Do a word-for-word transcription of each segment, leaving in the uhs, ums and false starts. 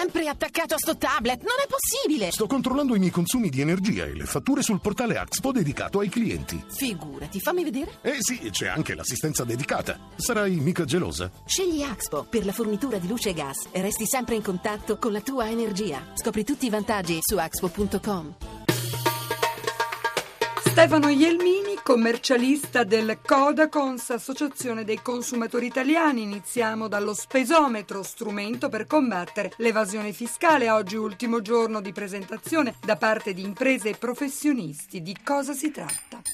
sempre attaccato a sto tablet, non è possibile! Sto controllando i miei consumi di energia e le fatture sul portale Axpo dedicato ai clienti. Figurati, fammi vedere. Eh sì, c'è anche l'assistenza dedicata. Sarai mica gelosa? Scegli Axpo per la fornitura di luce e gas e resti sempre in contatto con la tua energia. Scopri tutti i vantaggi su axpo punto com. Stefano Ielmini, commercialista del Codacons, Associazione dei Consumatori Italiani. Iniziamo dallo spesometro, strumento per combattere l'evasione fiscale. Oggi ultimo giorno di presentazione da parte di imprese e professionisti. Di cosa si tratta?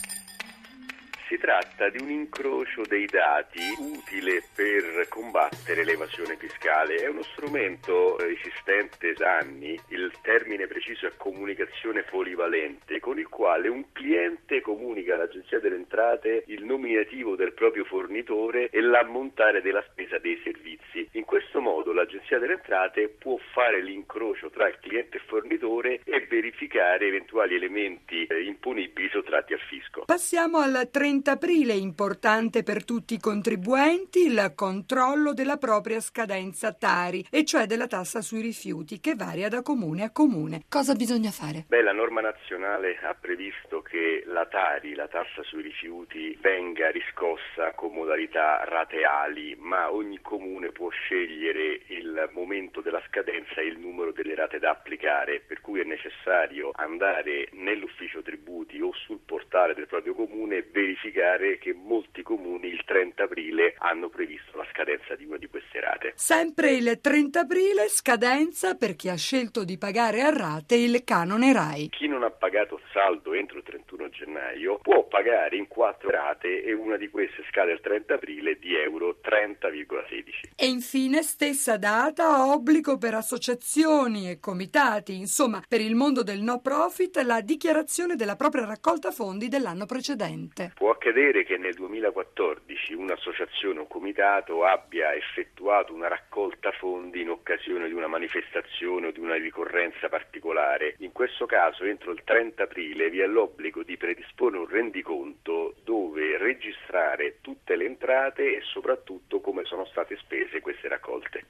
Si tratta di un incrocio dei dati utile per combattere l'evasione fiscale. È uno strumento esistente da anni, il termine preciso è comunicazione polivalente, con il quale un cliente comunica all'Agenzia delle Entrate il nominativo del proprio fornitore e l'ammontare della spesa dei servizi. In questo modo l'Agenzia delle Entrate può fare l'incrocio tra il cliente e fornitore e verificare eventuali elementi imponibili sottratti al fisco. Passiamo al trenta aprile, importante per tutti i contribuenti il controllo della propria scadenza Tari, e cioè della tassa sui rifiuti, che varia da comune a comune. Cosa bisogna fare? Beh, la norma nazionale ha previsto che la Tari, la tassa sui rifiuti, venga riscossa con modalità rateali, ma ogni comune può scegliere il momento della scadenza e il numero delle rate da applicare, per cui è necessario andare nell'ufficio tributi o sul portale del proprio comune e verificare che molti comuni il trenta aprile hanno previsto la scadenza di una di queste rate. Sempre il trenta aprile, scadenza per chi ha scelto di pagare a rate il canone RAI. Chi non ha pagato saldo entro il trentuno gennaio può pagare in quattro rate e una di queste scade il trenta aprile di euro trenta virgola sedici. E infine, stessa data, obbligo per associazioni e comitati, insomma per il mondo del no profit, la dichiarazione della propria raccolta fondi dell'anno precedente. Può accadere che nel duemilaquattordici un'associazione o un comitato abbia effettuato una raccolta fondi in occasione di una manifestazione o di una ricorrenza particolare. In questo caso, entro il trenta aprile, vi è l'obbligo di predisporre un rendiconto dove registrare tutte le entrate e soprattutto come sono state spese queste raccolte.